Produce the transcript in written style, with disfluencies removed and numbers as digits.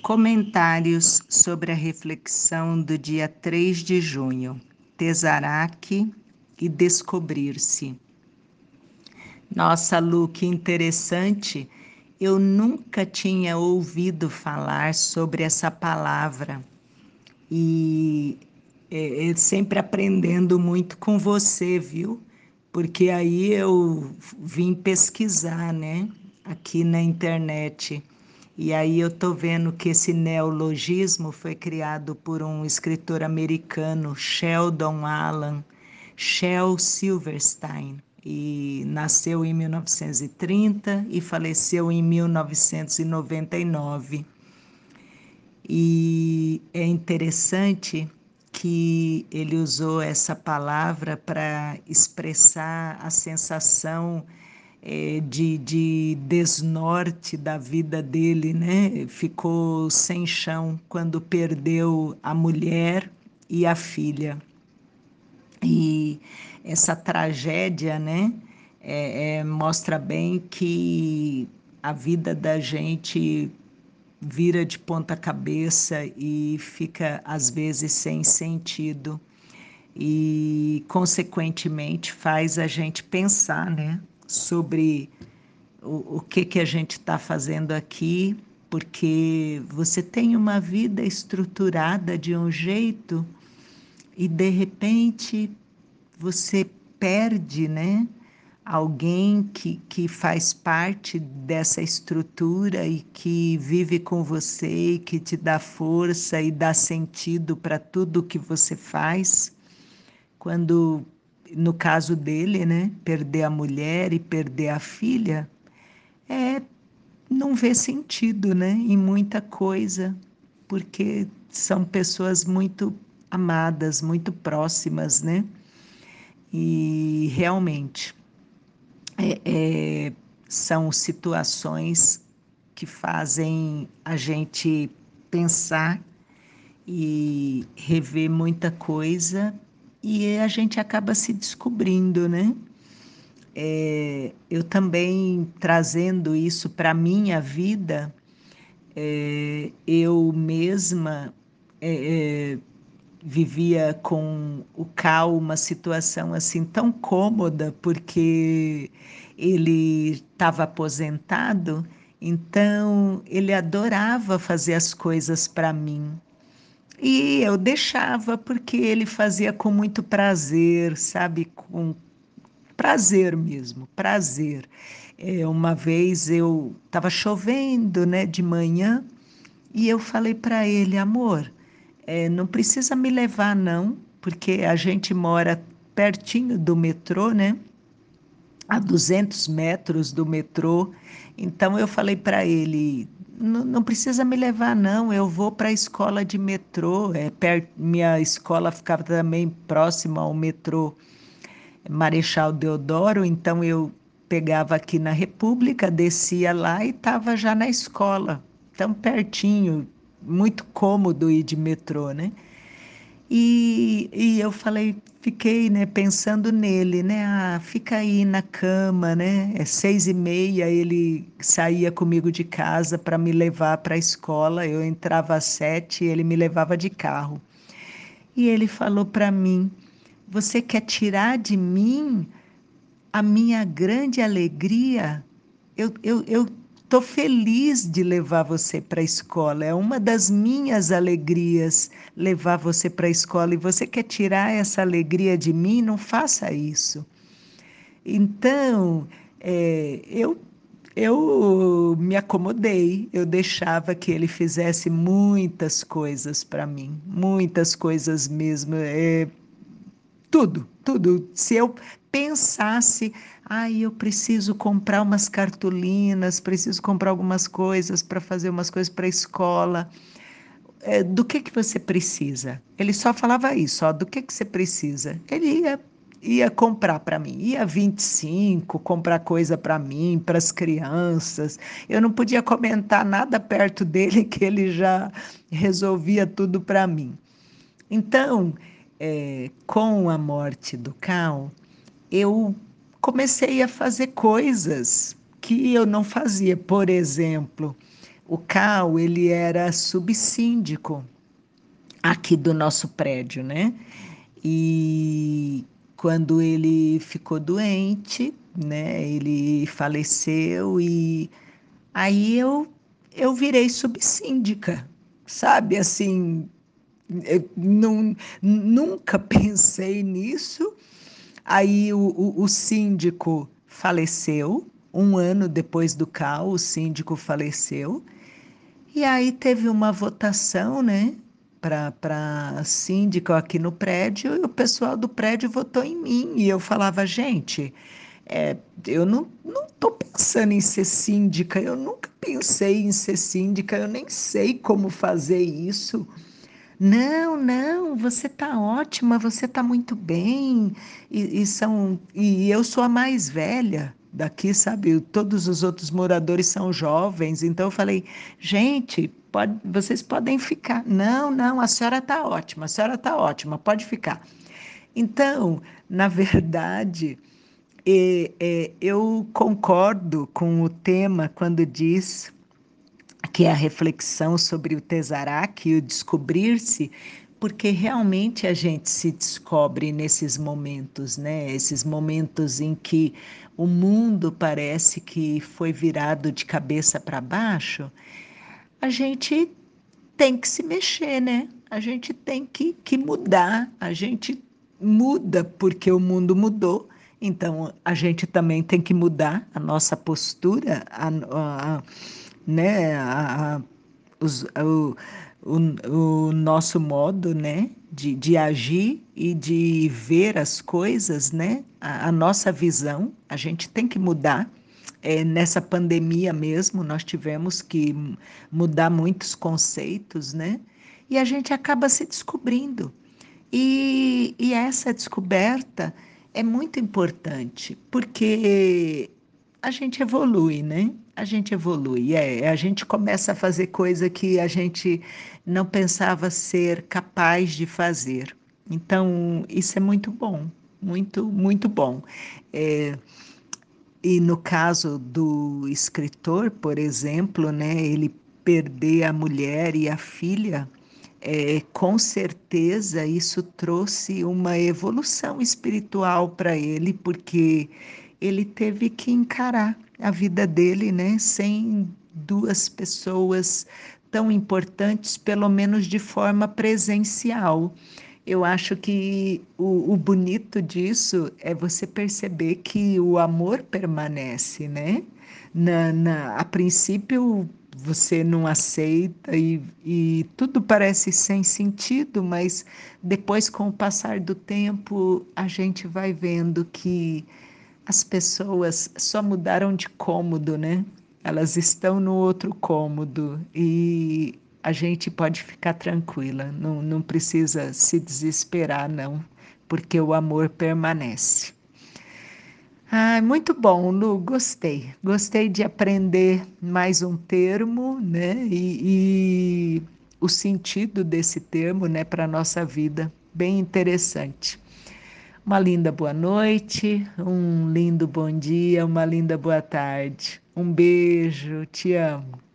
Comentários sobre a reflexão do dia 3 de junho, Tesseract e descobrir-se. Nossa, Lu, que interessante! Eu nunca tinha ouvido falar sobre essa palavra e sempre aprendendo muito com você, viu? Porque aí eu vim pesquisar, né, aqui na internet. E aí eu tô vendo que esse neologismo foi criado por um escritor americano, Sheldon Alan Shel Silverstein, e nasceu em 1930 e faleceu em 1999. E é interessante que ele usou essa palavra para expressar a sensação de desnorte da vida dele, né? Ficou sem chão quando perdeu a mulher e a filha. E essa tragédia, né, mostra bem que a vida da gente vira de ponta cabeça e fica às vezes sem sentido e consequentemente faz a gente pensar, né, sobre o que a gente está fazendo aqui, porque você tem uma vida estruturada de um jeito e de repente você perde, né? Alguém que faz parte dessa estrutura e que vive com você e que te dá força e dá sentido para tudo que você faz. Quando, no caso dele, né, perder a mulher e perder a filha, é não vê sentido, né, em muita coisa, porque são pessoas muito amadas, muito próximas, né? E realmente são situações que fazem a gente pensar e rever muita coisa e a gente acaba se descobrindo, né? Eu também trazendo isso para a minha vida, eu mesma vivia com o Cal uma situação assim tão cômoda, porque ele estava aposentado, então ele adorava fazer as coisas para mim. E eu deixava porque ele fazia com muito prazer, sabe? Com prazer mesmo, prazer. Uma vez eu estava chovendo, né, de manhã, e eu falei para ele, amor, não precisa me levar não, porque a gente mora pertinho do metrô, né? A 200 metros do metrô. Então eu falei para ele, não precisa me levar não, eu vou para a escola de metrô. Minha escola ficava também próxima ao metrô Marechal Deodoro, então eu pegava aqui na República, descia lá e estava já na escola, tão pertinho, muito cômodo ir de metrô, né? E eu falei, fiquei, né, pensando nele, né? Ah, fica aí na cama, né? É 6h30, ele saía comigo de casa para me levar para a escola. Eu entrava às 7 e ele me levava de carro. E ele falou para mim: Você quer tirar de mim a minha grande alegria? Eu estou feliz de levar você para a escola. É uma das minhas alegrias levar você para a escola. E você quer tirar essa alegria de mim? Não faça isso. Então, eu me acomodei, eu deixava que ele fizesse muitas coisas para mim, muitas coisas mesmo. Tudo, tudo. Se eu pensasse, eu preciso comprar umas cartolinas, preciso comprar algumas coisas para fazer umas coisas para a escola. Do que você precisa? Ele só falava isso, ó, do que você precisa? Ele ia comprar para mim, ia 25, comprar coisa para mim, para as crianças. Eu não podia comentar nada perto dele que ele já resolvia tudo para mim. Então, com a morte do Cal, eu comecei a fazer coisas que eu não fazia. Por exemplo, O Cal, ele era subsíndico aqui do nosso prédio, né? E quando ele ficou doente, né? Ele faleceu e aí eu virei subsíndica, sabe? Assim, eu nunca pensei nisso. Aí o síndico faleceu, um ano depois do caos, o síndico faleceu. E aí teve uma votação, né, para síndico aqui no prédio, e o pessoal do prédio votou em mim. E eu falava, gente, eu não estou pensando em ser síndica, eu nunca pensei em ser síndica, eu nem sei como fazer isso. Não, não, você está ótima, você está muito bem. E eu sou a mais velha daqui, sabe? Todos os outros moradores são jovens. Então eu falei, gente, vocês podem ficar. Não, não, a senhora está ótima, a senhora está ótima, pode ficar. Então, na verdade, eu concordo com o tema quando diz que é a reflexão sobre o Tesseract e o descobrir-se, porque realmente a gente se descobre nesses momentos, né? Esses momentos em que o mundo parece que foi virado de cabeça para baixo, a gente tem que se mexer, né? A gente tem que mudar, a gente muda porque o mundo mudou, então a gente também tem que mudar a nossa postura, né? Os, o nosso modo, né? De agir e de ver as coisas, né? A nossa visão, a gente tem que mudar. Nessa pandemia mesmo, nós tivemos que mudar muitos conceitos, né? E a gente acaba se descobrindo. E essa descoberta é muito importante, porque a gente evolui, né? A gente evolui, a gente começa a fazer coisa que a gente não pensava ser capaz de fazer. Então, isso é muito bom, muito, muito bom. É, e no caso do escritor, por exemplo, né, ele perder a mulher e a filha, com certeza isso trouxe uma evolução espiritual para ele, porque ele teve que encarar a vida dele, né, sem duas pessoas tão importantes, pelo menos de forma presencial. Eu acho que o bonito disso é você perceber que o amor permanece, né? A princípio você não aceita e tudo parece sem sentido, mas depois, com o passar do tempo, a gente vai vendo que as pessoas só mudaram de cômodo, né? Elas estão no outro cômodo e a gente pode ficar tranquila, não precisa se desesperar, não, porque o amor permanece. Ah, muito bom, Lu, gostei. Gostei de aprender mais um termo, né? E o sentido desse termo, né, para a nossa vida. Bem interessante. Uma linda boa noite, um lindo bom dia, uma linda boa tarde. Um beijo, te amo.